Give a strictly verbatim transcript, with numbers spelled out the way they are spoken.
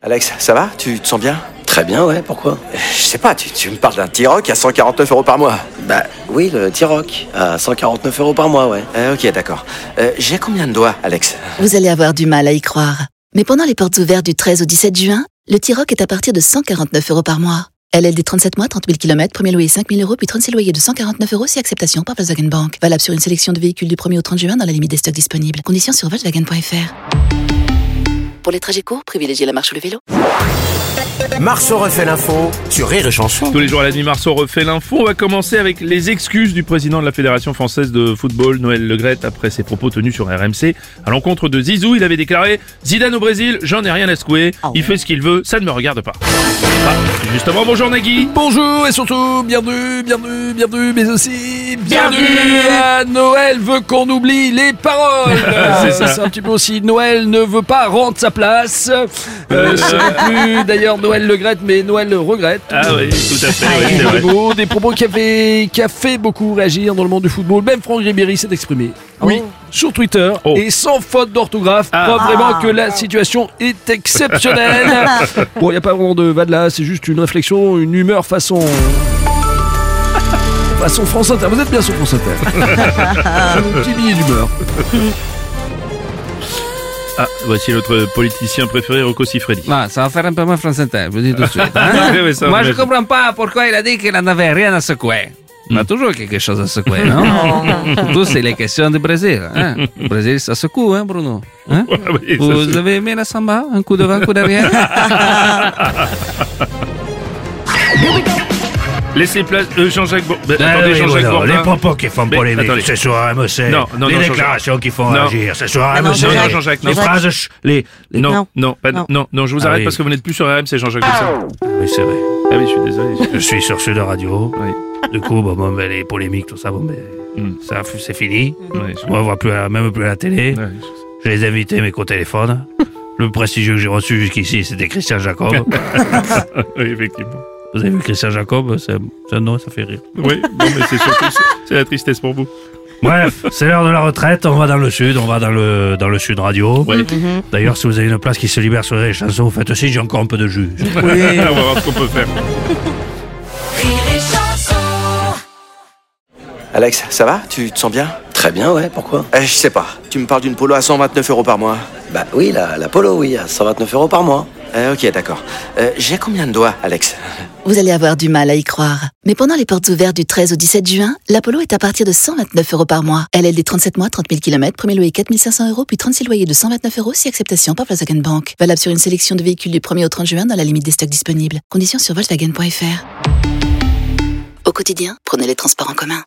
Alex, ça va? Tu te sens bien? Très bien, ouais, pourquoi? Je sais pas, tu, tu me parles d'un T-Roc à cent quarante-neuf euros par mois. Bah oui, le T-Roc, à cent quarante-neuf euros par mois, ouais. Euh, ok, d'accord. Euh, j'ai combien de doigts, Alex? Vous allez avoir du mal à y croire. Mais pendant les portes ouvertes du treize au dix-sept juin, le T-Roc est à partir de cent quarante-neuf euros par mois. L L D trente-sept mois, trente mille kilomètres, premier loyer cinq mille euros, puis trente-six loyers de cent quarante-neuf euros si acceptation par Volkswagen Bank. Valable sur une sélection de véhicules du premier au trente juin dans la limite des stocks disponibles. Conditions sur Volkswagen point F R. Pour les trajets courts, privilégiez la marche ou le vélo. Marceau refait l'info sur Rire et Chanson. Tous les jours à la nuit, Marceau refait l'info. On va commencer avec les excuses du président de la Fédération française de football, Noël Le Graët, après ses propos tenus sur R M C. À l'encontre de Zizou, il avait déclaré « Zidane au Brésil, j'en ai rien à secouer. Il fait ce qu'il veut, ça ne me regarde pas. » Ah, justement, bonjour Nagui. Bonjour et surtout, bienvenue, bienvenue, bienvenue, mais aussi bienvenue à Noël veut qu'on oublie les paroles. C'est ça. C'est un petit peu aussi, Noël ne veut pas rendre sa place. Euh, ce n'est plus d'ailleurs Noël Le Graët, mais Noël le regrette. Ah oui, tout à fait, oui, c'est Des vrai. propos, des propos qui avaient, qui a fait beaucoup réagir dans le monde du football. Même Franck Ribéry s'est exprimé. Oui, sur Twitter, Oh. et sans faute d'orthographe. Ah. Preuve vraiment que la situation est exceptionnelle. Bon, il n'y a pas vraiment de va de là, c'est juste une réflexion, une humeur façon... façon France Inter. Vous êtes bien sur France Inter. Un petit billet d'humeur. Ah, voici notre politicien préféré, Rocco Siffredi. Non, ça va faire un peu moins France Inter, je vous dis tout de suite. hein. Oui, oui, ça, Moi, je mais- comprends pas pourquoi il a dit qu'il n'en avait rien à secouer. On a toujours quelque chose à secouer, non? Surtout, c'est les questions du Brésil. Hein? Le Brésil, ça secoue, hein, Bruno? Hein? Oui, ça, Vous c'est- avez aimé la samba? Un coup devant, un coup derrière? Laissez place, euh, Jean-Jacques Bourdin. Ah Attendez, oui, Jean-Jacques voilà, Bourdin. les propos qui font Mais, polémique, attendez. c'est sur R M C. Non, non, les non, déclarations Jean-Jacques. qui font Non. agir, c'est sur R M C. non, non, Jean-Jacques, les non. phrases, ch- les, les- Non, Non. non, pas- Non. non, non, je vous Ah arrête oui. parce que vous n'êtes plus sur R M C, Jean-Jacques Bourdin. Oui, c'est vrai. Ah oui, je suis désolé. Je suis sur Sud Radio. Oui. Du coup, bon, bon, ben, les polémiques, tout ça, bon, ben, Mm. ça, c'est fini. Ouais, je- On ne voit plus, à- même plus à la télé. Ouais, Je les ai invités, mais qu'au téléphone. Le plus prestigieux que j'ai reçu jusqu'ici, c'était Christian Jacob. je- Oui, effectivement. Vous avez vu Christian Jacob? C'est c'est un nom, ça fait rire. Oui, non, mais c'est surtout, c'est- c'est la tristesse pour vous. Bref, c'est l'heure de la retraite. On va dans le Sud, on va dans le, dans le Sud Radio. Oui. D'ailleurs, si vous avez une place qui se libère sur les chansons, vous faites aussi, j'ai encore un peu de jus. On va voir ce qu'on peut faire. Alex, ça va? Tu te sens bien? Très bien, ouais, pourquoi? euh, Je sais pas, tu me parles d'une polo à cent vingt-neuf euros par mois. Bah oui, la, la Polo, oui, à cent vingt-neuf euros par mois. Euh, ok, d'accord. Euh, j'ai combien de doigts, Alex? Vous allez avoir du mal à y croire. Mais pendant les portes ouvertes du treize au dix-sept juin, l'Apollo est à partir de cent vingt-neuf euros par mois. L L D trente-sept mois, trente mille kilomètres, premier loyer quatre mille cinq cents euros, puis trente-six loyers de cent vingt-neuf euros si acceptation par Volkswagen Bank. Valable sur une sélection de véhicules du premier au trente juin dans la limite des stocks disponibles. Conditions sur Volkswagen point F R. Au quotidien, prenez les transports en commun.